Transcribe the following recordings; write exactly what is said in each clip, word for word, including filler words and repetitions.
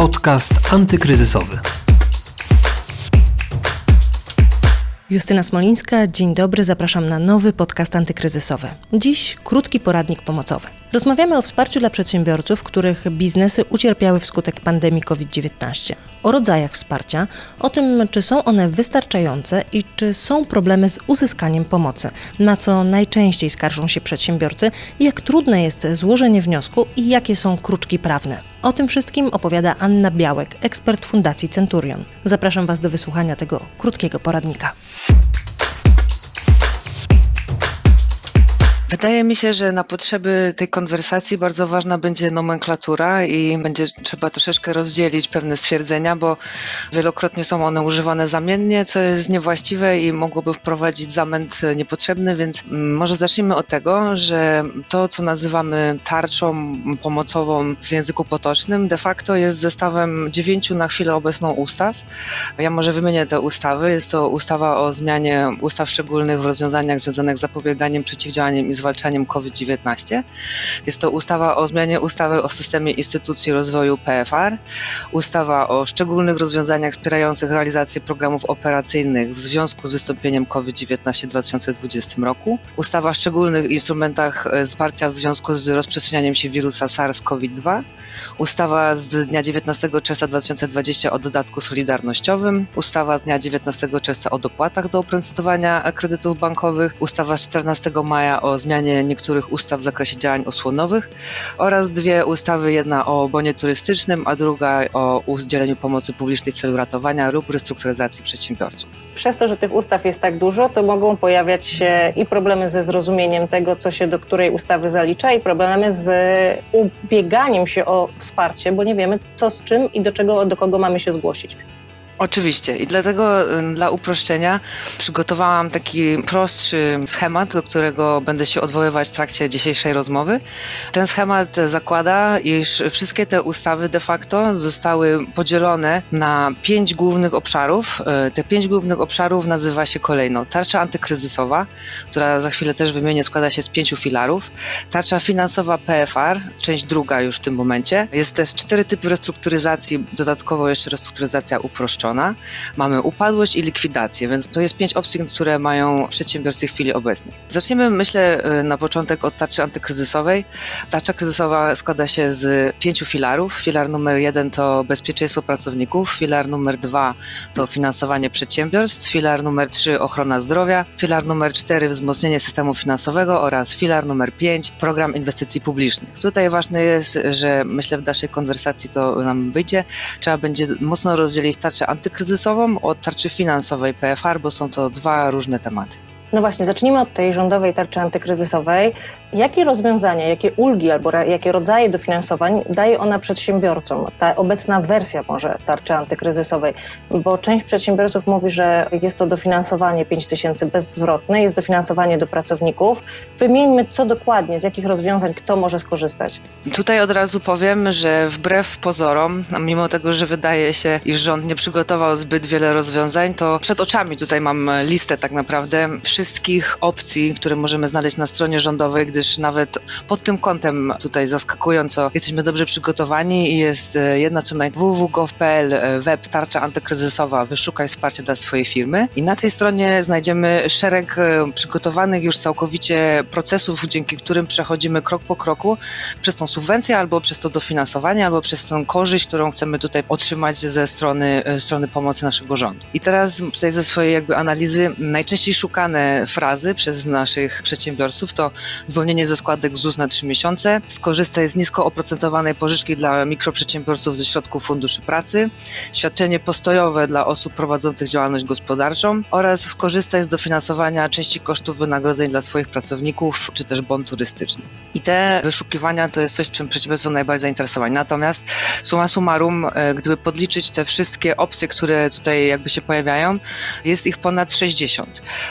Podcast antykryzysowy. Justyna Smolińska, dzień dobry, zapraszam na nowy podcast antykryzysowy. Dziś krótki poradnik pomocowy. Rozmawiamy o wsparciu dla przedsiębiorców, których biznesy ucierpiały wskutek pandemii kowid dziewiętnaście, o rodzajach wsparcia, o tym, czy są one wystarczające i czy są problemy z uzyskaniem pomocy, na co najczęściej skarżą się przedsiębiorcy, jak trudne jest złożenie wniosku i jakie są kruczki prawne. O tym wszystkim opowiada Anna Białek, ekspert Fundacji Centurion. Zapraszam Was do wysłuchania tego krótkiego poradnika. Wydaje mi się, że na potrzeby tej konwersacji bardzo ważna będzie nomenklatura i będzie trzeba troszeczkę rozdzielić pewne stwierdzenia, bo wielokrotnie są one używane zamiennie, co jest niewłaściwe i mogłoby wprowadzić zamęt niepotrzebny, więc może zacznijmy od tego, że to, co nazywamy tarczą pomocową w języku potocznym, de facto jest zestawem dziewięciu na chwilę obecną ustaw. Ja może wymienię te ustawy. Jest to ustawa o zmianie ustaw szczególnych w rozwiązaniach związanych z zapobieganiem, przeciwdziałaniem i zwalczaniem kowid dziewiętnaście. Jest to ustawa o zmianie ustawy o systemie instytucji rozwoju P F R, ustawa o szczególnych rozwiązaniach wspierających realizację programów operacyjnych w związku z wystąpieniem kowid dziewiętnaście w dwa tysiące dwudziestym roku, ustawa o szczególnych instrumentach wsparcia w związku z rozprzestrzenianiem się wirusa SARS CoV dwa, ustawa z dnia dziewiętnastego czerwca dwa tysiące dwudziestego o dodatku solidarnościowym, ustawa z dnia dziewiętnastego czerwca o dopłatach do oprocentowania kredytów bankowych, ustawa z czternastego maja o zmianie niektórych ustaw w zakresie działań osłonowych oraz dwie ustawy, jedna o bonie turystycznym, a druga o udzieleniu pomocy publicznej w celu ratowania lub restrukturyzacji przedsiębiorców. Przez to, że tych ustaw jest tak dużo, to mogą pojawiać się i problemy ze zrozumieniem tego, co się do której ustawy zalicza, i problemy z ubieganiem się o wsparcie, bo nie wiemy, co z czym i do czego, do kogo mamy się zgłosić. Oczywiście i dlatego dla uproszczenia przygotowałam taki prostszy schemat, do którego będę się odwoływać w trakcie dzisiejszej rozmowy. Ten schemat zakłada, iż wszystkie te ustawy de facto zostały podzielone na pięć głównych obszarów. Te pięć głównych obszarów nazywa się kolejno tarcza antykryzysowa, która za chwilę też wymienię, składa się z pięciu filarów. Tarcza finansowa P F R, część druga już w tym momencie. Jest też cztery typy restrukturyzacji, dodatkowo jeszcze restrukturyzacja uproszczona. Mamy upadłość i likwidację, więc to jest pięć opcji, które mają przedsiębiorcy w chwili obecnej. Zaczniemy, myślę, na początek od tarczy antykryzysowej. Tarcza kryzysowa składa się z pięciu filarów. Filar numer jeden to bezpieczeństwo pracowników, filar numer dwa to finansowanie przedsiębiorstw, filar numer trzy ochrona zdrowia, filar numer cztery wzmocnienie systemu finansowego oraz filar numer pięć program inwestycji publicznych. Tutaj ważne jest, że myślę w dalszej konwersacji to nam wyjdzie, trzeba będzie mocno rozdzielić tarczę antykryzysową od tarczy finansowej P F R, bo są to dwa różne tematy. No właśnie, zacznijmy od tej rządowej tarczy antykryzysowej. Jakie rozwiązania, jakie ulgi albo jakie rodzaje dofinansowań daje ona przedsiębiorcom? Ta obecna wersja może tarczy antykryzysowej, bo część przedsiębiorców mówi, że jest to dofinansowanie pięć tysięcy bezzwrotne, jest dofinansowanie do pracowników. Wymieńmy, co dokładnie, z jakich rozwiązań kto może skorzystać. Tutaj od razu powiem, że wbrew pozorom, mimo tego, że wydaje się, iż rząd nie przygotował zbyt wiele rozwiązań, to przed oczami tutaj mam listę tak naprawdę wszystkich opcji, które możemy znaleźć na stronie rządowej, gdyż nawet pod tym kątem tutaj zaskakująco jesteśmy dobrze przygotowani i jest jedna co najmniej w w w kropka gov kropka p l web tarcza antykryzysowa, wyszukaj wsparcie dla swojej firmy i na tej stronie znajdziemy szereg przygotowanych już całkowicie procesów, dzięki którym przechodzimy krok po kroku przez tą subwencję albo przez to dofinansowanie, albo przez tą korzyść, którą chcemy tutaj otrzymać ze strony, strony pomocy naszego rządu. I teraz tutaj ze swojej jakby analizy najczęściej szukane frazy przez naszych przedsiębiorców to zwolnienie ze składek Z U S na trzy miesiące, skorzystaj z nisko oprocentowanej pożyczki dla mikroprzedsiębiorców ze środków Funduszy Pracy, świadczenie postojowe dla osób prowadzących działalność gospodarczą oraz skorzystaj z dofinansowania części kosztów wynagrodzeń dla swoich pracowników, czy też bon turystyczny. I te wyszukiwania to jest coś, czym przedsiębiorcy są najbardziej zainteresowani. Natomiast summa summarum, gdyby podliczyć te wszystkie opcje, które tutaj jakby się pojawiają, jest ich ponad sześćdziesiąt. Ja może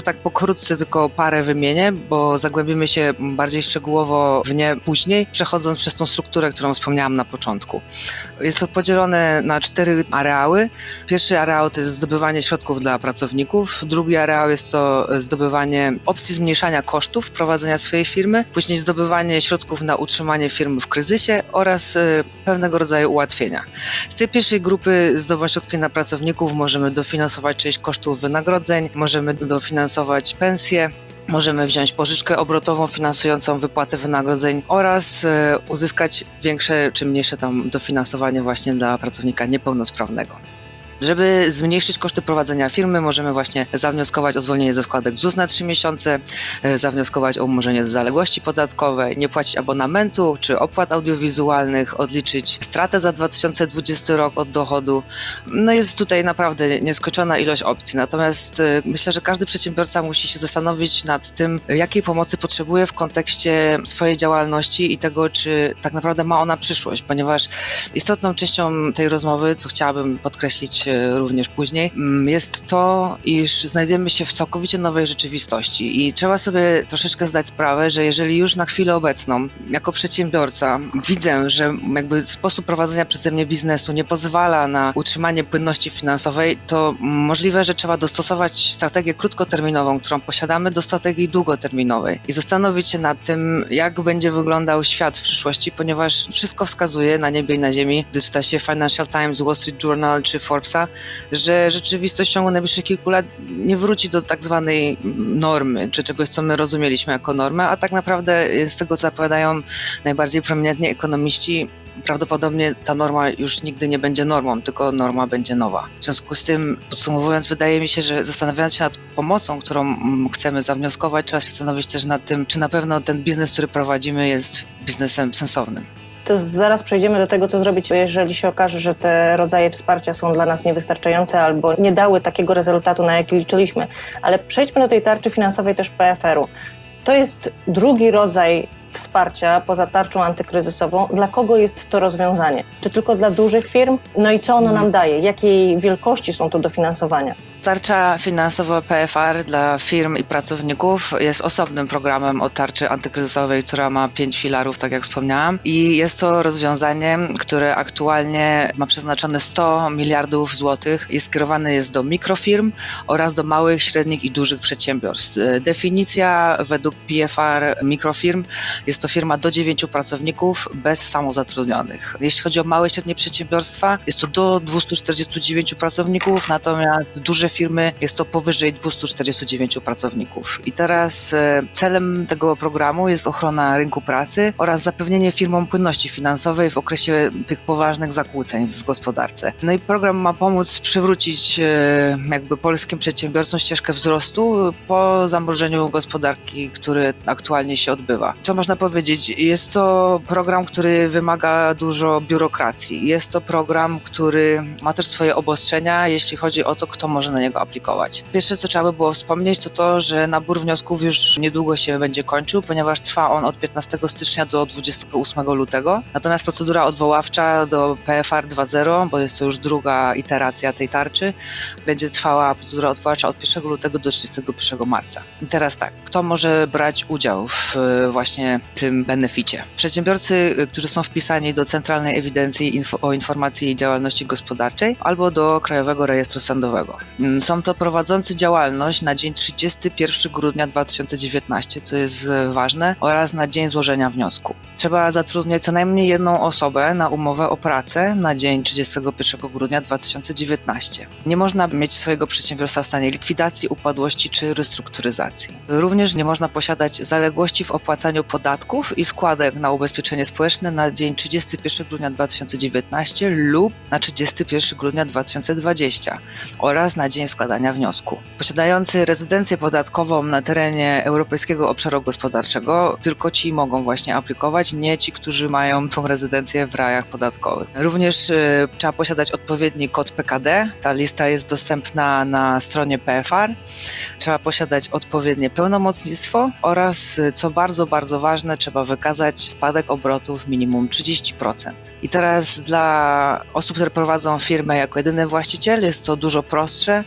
tak pokrótce tylko parę wymienię, bo zagłębimy się bardziej szczegółowo w nie później, przechodząc przez tą strukturę, którą wspomniałam na początku. Jest to podzielone na cztery areały. Pierwszy areał to jest zdobywanie środków dla pracowników, drugi areał jest to zdobywanie opcji zmniejszania kosztów prowadzenia swojej firmy, później zdobywanie środków na utrzymanie firmy w kryzysie oraz pewnego rodzaju ułatwienia. Z tej pierwszej grupy zdobywając środki na pracowników możemy dofinansować część kosztów wynagrodzeń, możemy dofinansować pensje, możemy wziąć pożyczkę obrotową finansującą wypłatę wynagrodzeń oraz uzyskać większe czy mniejsze tam dofinansowanie właśnie dla pracownika niepełnosprawnego. Żeby zmniejszyć koszty prowadzenia firmy, możemy właśnie zawnioskować o zwolnienie ze składek Z U S na trzy miesiące, zawnioskować o umorzenie zaległości podatkowej, nie płacić abonamentu czy opłat audiowizualnych, odliczyć stratę za dwa tysiące dwudziesty rok od dochodu. No jest tutaj naprawdę nieskończona ilość opcji. Natomiast myślę, że każdy przedsiębiorca musi się zastanowić nad tym, jakiej pomocy potrzebuje w kontekście swojej działalności i tego, czy tak naprawdę ma ona przyszłość, ponieważ istotną częścią tej rozmowy, co chciałabym podkreślić również później, jest to, iż znajdujemy się w całkowicie nowej rzeczywistości i trzeba sobie troszeczkę zdać sprawę, że jeżeli już na chwilę obecną jako przedsiębiorca widzę, że jakby sposób prowadzenia przeze mnie biznesu nie pozwala na utrzymanie płynności finansowej, to możliwe, że trzeba dostosować strategię krótkoterminową, którą posiadamy, do strategii długoterminowej i zastanowić się nad tym, jak będzie wyglądał świat w przyszłości, ponieważ wszystko wskazuje na niebie i na ziemi, gdy czyta się Financial Times, Wall Street Journal czy Forbesa, że rzeczywistość w ciągu najbliższych kilku lat nie wróci do tak zwanej normy, czy czegoś, co my rozumieliśmy jako normę, a tak naprawdę z tego, co zapowiadają najbardziej prominentni ekonomiści, prawdopodobnie ta norma już nigdy nie będzie normą, tylko norma będzie nowa. W związku z tym, podsumowując, wydaje mi się, że zastanawiając się nad pomocą, którą chcemy zawnioskować, trzeba się zastanowić też nad tym, czy na pewno ten biznes, który prowadzimy, jest biznesem sensownym. To zaraz przejdziemy do tego, co zrobić, jeżeli się okaże, że te rodzaje wsparcia są dla nas niewystarczające albo nie dały takiego rezultatu, na jaki liczyliśmy. Ale przejdźmy do tej tarczy finansowej też P F R u. To jest drugi rodzaj wsparcia poza tarczą antykryzysową. Dla kogo jest to rozwiązanie? Czy tylko dla dużych firm? No i co ono nam daje? Jakiej wielkości są to dofinansowania? Tarcza finansowa P F R dla firm i pracowników jest osobnym programem od tarczy antykryzysowej, która ma pięć filarów, tak jak wspomniałam. I jest to rozwiązanie, które aktualnie ma przeznaczone sto miliardów złotych i skierowane jest do mikrofirm oraz do małych, średnich i dużych przedsiębiorstw. Definicja według P F R mikrofirm jest to firma do dziewięciu pracowników bez samozatrudnionych. Jeśli chodzi o małe i średnie przedsiębiorstwa, jest to do dwustu czterdziestu dziewięciu pracowników, natomiast duże firmy jest to powyżej dwustu czterdziestu dziewięciu pracowników. I teraz celem tego programu jest ochrona rynku pracy oraz zapewnienie firmom płynności finansowej w okresie tych poważnych zakłóceń w gospodarce. No i program ma pomóc przywrócić jakby polskim przedsiębiorcom ścieżkę wzrostu po zamrożeniu gospodarki, który aktualnie się odbywa. Co można powiedzieć? Jest to program, który wymaga dużo biurokracji. Jest to program, który ma też swoje obostrzenia, jeśli chodzi o to, kto może na niego aplikować. Pierwsze, co trzeba by było wspomnieć, to to, że nabór wniosków już niedługo się będzie kończył, ponieważ trwa on od piętnastego stycznia do dwudziestego ósmego lutego. Natomiast procedura odwoławcza do P F R dwa zero, bo jest to już druga iteracja tej tarczy, będzie trwała procedura odwoławcza od pierwszego lutego do trzydziestego pierwszego marca. I teraz tak, kto może brać udział w właśnie tym beneficie? Przedsiębiorcy, którzy są wpisani do Centralnej Ewidencji Info- o Informacji i Działalności Gospodarczej albo do Krajowego Rejestru Sądowego. Są to prowadzący działalność na dzień trzydziestego pierwszego grudnia dwa tysiące dziewiętnastego, co jest ważne, oraz na dzień złożenia wniosku. Trzeba zatrudniać co najmniej jedną osobę na umowę o pracę na dzień trzydziestego pierwszego grudnia dwa tysiące dziewiętnastego. Nie można mieć swojego przedsiębiorstwa w stanie likwidacji, upadłości czy restrukturyzacji. Również nie można posiadać zaległości w opłacaniu podatków i składek na ubezpieczenie społeczne na dzień trzydziestego pierwszego grudnia dwa tysiące dziewiętnastego lub na trzydziestego pierwszego grudnia dwa tysiące dwudziestego oraz na dzień składania wniosku. Posiadający rezydencję podatkową na terenie Europejskiego Obszaru Gospodarczego, tylko ci mogą właśnie aplikować, nie ci, którzy mają tą rezydencję w rajach podatkowych. Również y, trzeba posiadać odpowiedni kod P K D. Ta lista jest dostępna na stronie P F R. Trzeba posiadać odpowiednie pełnomocnictwo oraz, co bardzo, bardzo ważne, trzeba wykazać spadek obrotów minimum trzydzieści procent. I teraz dla osób, które prowadzą firmę jako jedyny właściciel, jest to dużo prostsze.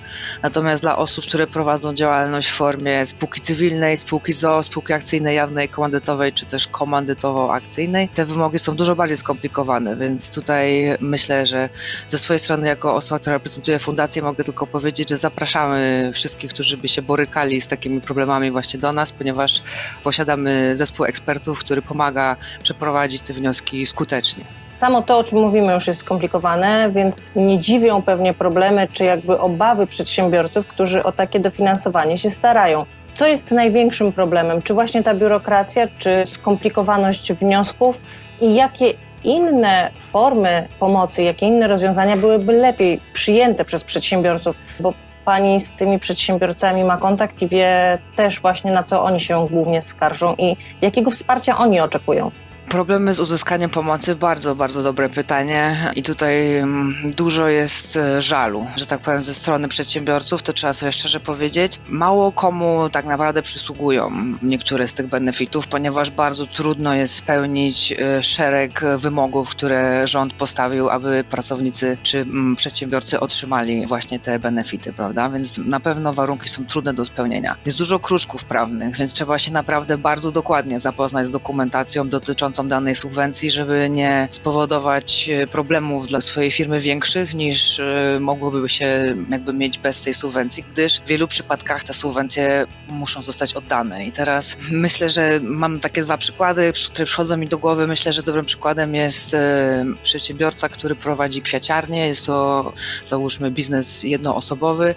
Natomiast dla osób, które prowadzą działalność w formie spółki cywilnej, spółki z o o, spółki akcyjnej jawnej, komandytowej czy też komandytowo-akcyjnej, te wymogi są dużo bardziej skomplikowane, więc tutaj myślę, że ze swojej strony jako osoba, która reprezentuje fundację, mogę tylko powiedzieć, że zapraszamy wszystkich, którzy by się borykali z takimi problemami właśnie do nas, ponieważ posiadamy zespół ekspertów, który pomaga przeprowadzić te wnioski skutecznie. Samo to, o czym mówimy, już jest skomplikowane, więc nie dziwią pewnie problemy czy jakby obawy przedsiębiorców, którzy o takie dofinansowanie się starają. Co jest największym problemem? Czy właśnie ta biurokracja, czy skomplikowaność wniosków i jakie inne formy pomocy, jakie inne rozwiązania byłyby lepiej przyjęte przez przedsiębiorców? Bo Pani z tymi przedsiębiorcami ma kontakt i wie też właśnie, na co oni się głównie skarżą i jakiego wsparcia oni oczekują. Problemy z uzyskaniem pomocy, bardzo, bardzo dobre pytanie i tutaj dużo jest żalu, że tak powiem, ze strony przedsiębiorców, to trzeba sobie szczerze powiedzieć. Mało komu tak naprawdę przysługują niektóre z tych benefitów, ponieważ bardzo trudno jest spełnić szereg wymogów, które rząd postawił, aby pracownicy czy przedsiębiorcy otrzymali właśnie te benefity, prawda? Więc na pewno warunki są trudne do spełnienia. Jest dużo kruczków prawnych, więc trzeba się naprawdę bardzo dokładnie zapoznać z dokumentacją dotyczącą danej subwencji, żeby nie spowodować problemów dla swojej firmy większych niż mogłoby się jakby mieć bez tej subwencji, gdyż w wielu przypadkach te subwencje muszą zostać oddane. I teraz myślę, że mam takie dwa przykłady, które przychodzą mi do głowy. Myślę, że dobrym przykładem jest przedsiębiorca, który prowadzi kwiaciarnię. Jest to, załóżmy, biznes jednoosobowy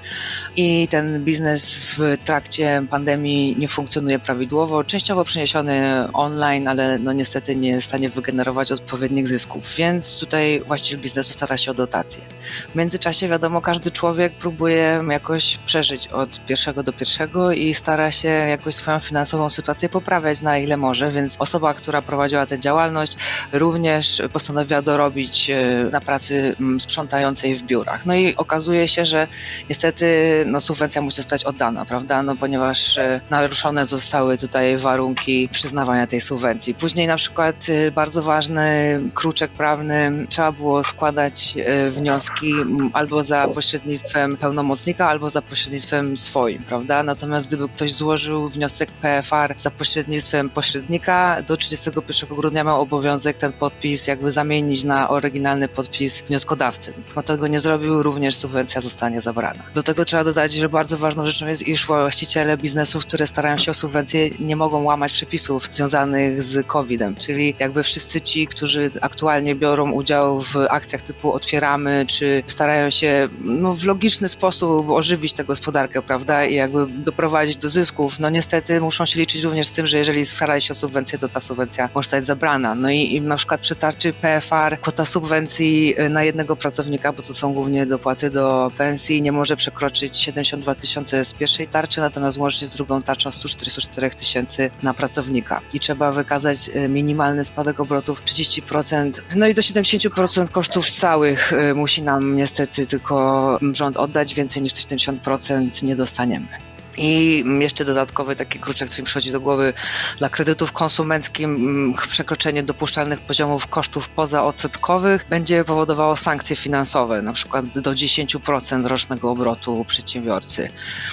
i ten biznes w trakcie pandemii nie funkcjonuje prawidłowo, częściowo przeniesiony online, ale no niestety nie jest w stanie wygenerować odpowiednich zysków, więc tutaj właściciel biznesu stara się o dotację. W międzyczasie wiadomo, każdy człowiek próbuje jakoś przeżyć od pierwszego do pierwszego i stara się jakoś swoją finansową sytuację poprawiać na ile może, więc osoba, która prowadziła tę działalność, również postanowiła dorobić na pracy sprzątającej w biurach. No i okazuje się, że niestety no, subwencja musi zostać oddana, prawda? No ponieważ naruszone zostały tutaj warunki przyznawania tej subwencji. Później na przykład bardzo ważny kruczek prawny, trzeba było składać wnioski albo za pośrednictwem pełnomocnika, albo za pośrednictwem swoim, prawda? Natomiast gdyby ktoś złożył wniosek P F R za pośrednictwem pośrednika, do trzydziestego pierwszego grudnia miał obowiązek ten podpis jakby zamienić na oryginalny podpis wnioskodawcy. Kto tego nie zrobił, również subwencja zostanie zabrana. Do tego trzeba dodać, że bardzo ważną rzeczą jest, iż właściciele biznesów, które starają się o subwencję, nie mogą łamać przepisów związanych z kowidem, czyli jakby wszyscy ci, którzy aktualnie biorą udział w akcjach typu otwieramy, czy starają się no, w logiczny sposób ożywić tę gospodarkę, prawda, i jakby doprowadzić do zysków, no niestety muszą się liczyć również z tym, że jeżeli starają się o subwencję, to ta subwencja może zostać zabrana. No i, i na przykład przy tarczy P F R kwota subwencji na jednego pracownika, bo to są głównie dopłaty do pensji, nie może przekroczyć siedemdziesiąt dwa tysiące z pierwszej tarczy, natomiast łącznie z drugą tarczą sto czterdzieści cztery tysięcy na pracownika. I trzeba wykazać minimalny spadek obrotów trzydzieści procent, no i do siedemdziesiąt procent kosztów stałych musi nam niestety tylko rząd oddać, więcej niż siedemdziesiąt procent nie dostaniemy. I jeszcze dodatkowy taki kruczek, który mi przychodzi do głowy, dla kredytów konsumenckich przekroczenie dopuszczalnych poziomów kosztów pozaodsetkowych będzie powodowało sankcje finansowe, na przykład do dziesięć procent rocznego obrotu przedsiębiorcy.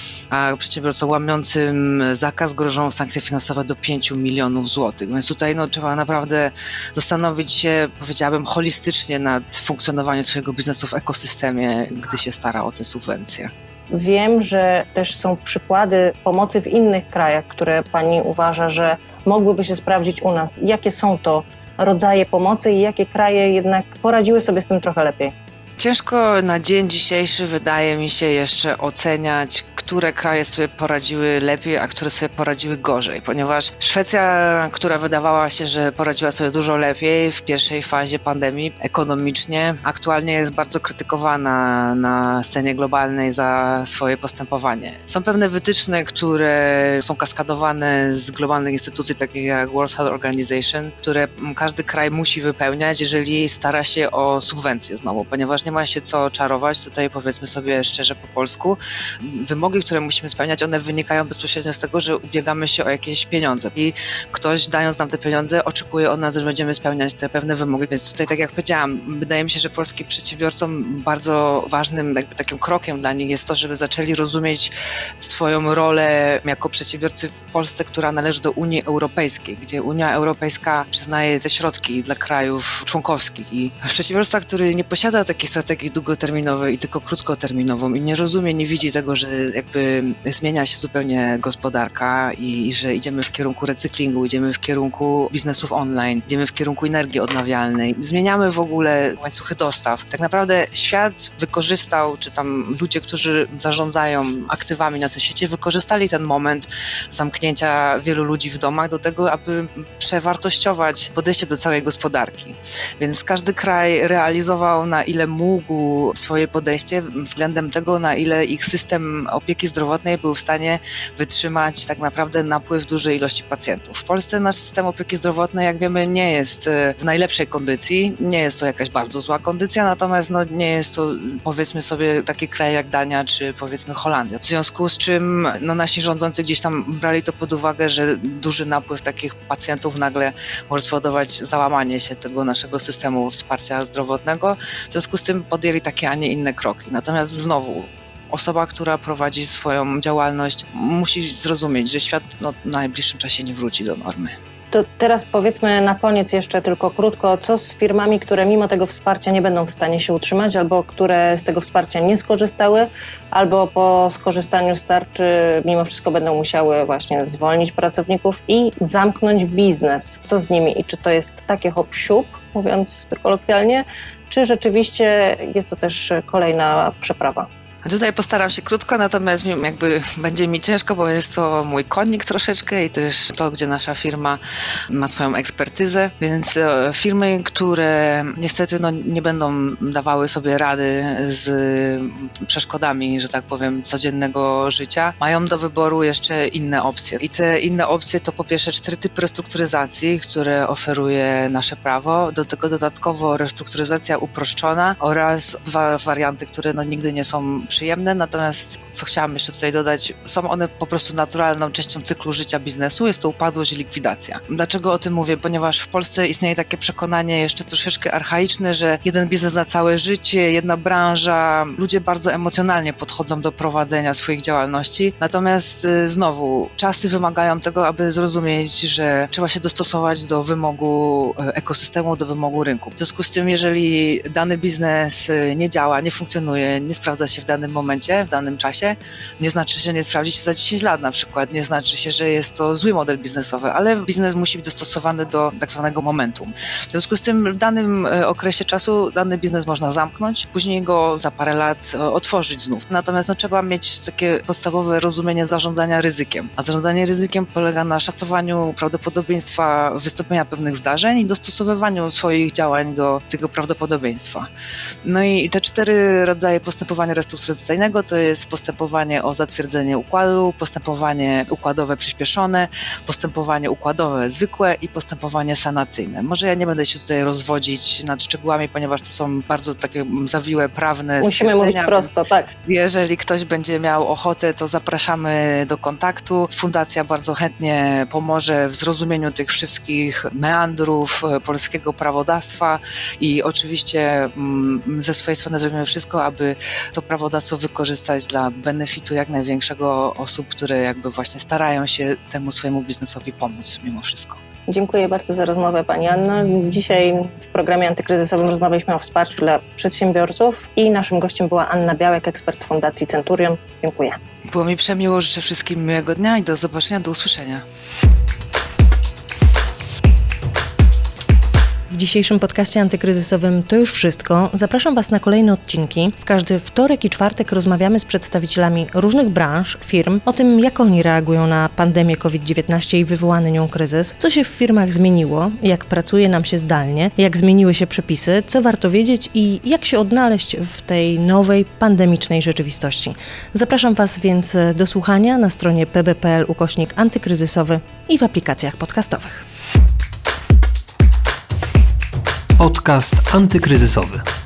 A przedsiębiorcom łamiącym zakaz grożą sankcje finansowe do pięciu milionów złotych. Więc tutaj no, trzeba naprawdę zastanowić się, powiedziałabym, holistycznie nad funkcjonowaniem swojego biznesu w ekosystemie, gdy się stara o te subwencje. Wiem, że też są przykłady pomocy w innych krajach, które Pani uważa, że mogłyby się sprawdzić u nas. Jakie są to rodzaje pomocy i jakie kraje jednak poradziły sobie z tym trochę lepiej? Ciężko na dzień dzisiejszy, wydaje mi się, jeszcze oceniać, które kraje sobie poradziły lepiej, a które sobie poradziły gorzej, ponieważ Szwecja, która wydawała się, że poradziła sobie dużo lepiej w pierwszej fazie pandemii ekonomicznie, aktualnie jest bardzo krytykowana na scenie globalnej za swoje postępowanie. Są pewne wytyczne, które są kaskadowane z globalnych instytucji, takich jak World Health Organization, które każdy kraj musi wypełniać, jeżeli stara się o subwencję znowu, ponieważ nie ma się co czarować, tutaj powiedzmy sobie szczerze po polsku. Wymogi, które musimy spełniać, one wynikają bezpośrednio z tego, że ubiegamy się o jakieś pieniądze i ktoś, dając nam te pieniądze, oczekuje od nas, że będziemy spełniać te pewne wymogi. Więc tutaj, tak jak powiedziałam, wydaje mi się, że polskim przedsiębiorcom bardzo ważnym jakby takim krokiem dla nich jest to, żeby zaczęli rozumieć swoją rolę jako przedsiębiorcy w Polsce, która należy do Unii Europejskiej, gdzie Unia Europejska przyznaje te środki dla krajów członkowskich i przedsiębiorca, który nie posiada takiej strategii długoterminowej i tylko krótkoterminową i nie rozumie, nie widzi tego, że jakby zmienia się zupełnie gospodarka i, i że idziemy w kierunku recyklingu, idziemy w kierunku biznesów online, idziemy w kierunku energii odnawialnej, zmieniamy w ogóle łańcuchy dostaw. Tak naprawdę świat wykorzystał, czy tam ludzie, którzy zarządzają aktywami na tym świecie, wykorzystali ten moment zamknięcia wielu ludzi w domach do tego, aby przewartościować podejście do całej gospodarki. Więc każdy kraj realizował na ile mógł swoje podejście względem tego, na ile ich system opieki zdrowotnej był w stanie wytrzymać tak naprawdę napływ dużej ilości pacjentów. W Polsce nasz system opieki zdrowotnej, jak wiemy, nie jest w najlepszej kondycji, nie jest to jakaś bardzo zła kondycja, natomiast no, nie jest to, powiedzmy sobie, taki kraj jak Dania czy powiedzmy Holandia. W związku z czym no, nasi rządzący gdzieś tam brali to pod uwagę, że duży napływ takich pacjentów nagle może spowodować załamanie się tego naszego systemu wsparcia zdrowotnego. W związku z tym podjęli takie, a nie inne kroki. Natomiast znowu osoba, która prowadzi swoją działalność, musi zrozumieć, że świat no, w najbliższym czasie nie wróci do normy. To teraz powiedzmy na koniec jeszcze tylko krótko, co z firmami, które mimo tego wsparcia nie będą w stanie się utrzymać, albo które z tego wsparcia nie skorzystały, albo po skorzystaniu z tarczy mimo wszystko będą musiały właśnie zwolnić pracowników i zamknąć biznes. Co z nimi i czy to jest takie hop siup, mówiąc kolokwialnie, czy rzeczywiście jest to też kolejna przeprawa? Tutaj postaram się krótko, natomiast jakby będzie mi ciężko, bo jest to mój konik troszeczkę i też to, gdzie nasza firma ma swoją ekspertyzę, więc firmy, które niestety no, nie będą dawały sobie rady z przeszkodami, że tak powiem, codziennego życia, mają do wyboru jeszcze inne opcje. I te inne opcje to po pierwsze cztery typy restrukturyzacji, które oferuje nasze prawo, do tego dodatkowo restrukturyzacja uproszczona oraz dwa warianty, które no, nigdy nie są przyjemne, natomiast co chciałam jeszcze tutaj dodać, są one po prostu naturalną częścią cyklu życia biznesu, jest to upadłość i likwidacja. Dlaczego o tym mówię? Ponieważ w Polsce istnieje takie przekonanie jeszcze troszeczkę archaiczne, że jeden biznes na całe życie, jedna branża, ludzie bardzo emocjonalnie podchodzą do prowadzenia swoich działalności, natomiast y, znowu czasy wymagają tego, aby zrozumieć, że trzeba się dostosować do wymogu ekosystemu, do wymogu rynku. W związku z tym, jeżeli dany biznes nie działa, nie funkcjonuje, nie sprawdza się w danym momencie, w danym czasie, nie znaczy, że nie sprawdzi się za dziesięć lat na przykład, nie znaczy się, że jest to zły model biznesowy, ale biznes musi być dostosowany do tak zwanego momentum. W związku z tym w danym okresie czasu dany biznes można zamknąć, później go za parę lat otworzyć znów. Natomiast no, trzeba mieć takie podstawowe rozumienie zarządzania ryzykiem. A zarządzanie ryzykiem polega na szacowaniu prawdopodobieństwa wystąpienia pewnych zdarzeń i dostosowywaniu swoich działań do tego prawdopodobieństwa. No i te cztery rodzaje postępowania restrukturyzacyjnego to jest postępowanie o zatwierdzenie układu, postępowanie układowe przyspieszone, postępowanie układowe zwykłe i postępowanie sanacyjne. Może ja nie będę się tutaj rozwodzić nad szczegółami, ponieważ to są bardzo takie zawiłe, prawne Musimy mówić prosto, tak. Jeżeli ktoś będzie miał ochotę, to zapraszamy do kontaktu. Fundacja bardzo chętnie pomoże w zrozumieniu tych wszystkich meandrów polskiego prawodawstwa i oczywiście ze swojej strony zrobimy wszystko, aby to prawodawstwo wykorzystać dla benefitu jak największego osób, które jakby właśnie starają się temu swojemu biznesowi pomóc mimo wszystko. Dziękuję bardzo za rozmowę Pani Anno. Dzisiaj w programie antykryzysowym rozmawialiśmy o wsparciu dla przedsiębiorców i naszym gościem była Anna Białek, ekspert Fundacji Centurion. Dziękuję. Było mi przemiło, życzę wszystkim miłego dnia i do zobaczenia, do usłyszenia. W dzisiejszym podcaście antykryzysowym to już wszystko. Zapraszam Was na kolejne odcinki. W każdy wtorek i czwartek rozmawiamy z przedstawicielami różnych branż, firm o tym, jak oni reagują na pandemię kowid dziewiętnaście i wywołany nią kryzys, co się w firmach zmieniło, jak pracuje nam się zdalnie, jak zmieniły się przepisy, co warto wiedzieć i jak się odnaleźć w tej nowej, pandemicznej rzeczywistości. Zapraszam Was więc do słuchania na stronie p b kropka p l ukośnik antykryzysowy i w aplikacjach podcastowych. Podcast antykryzysowy.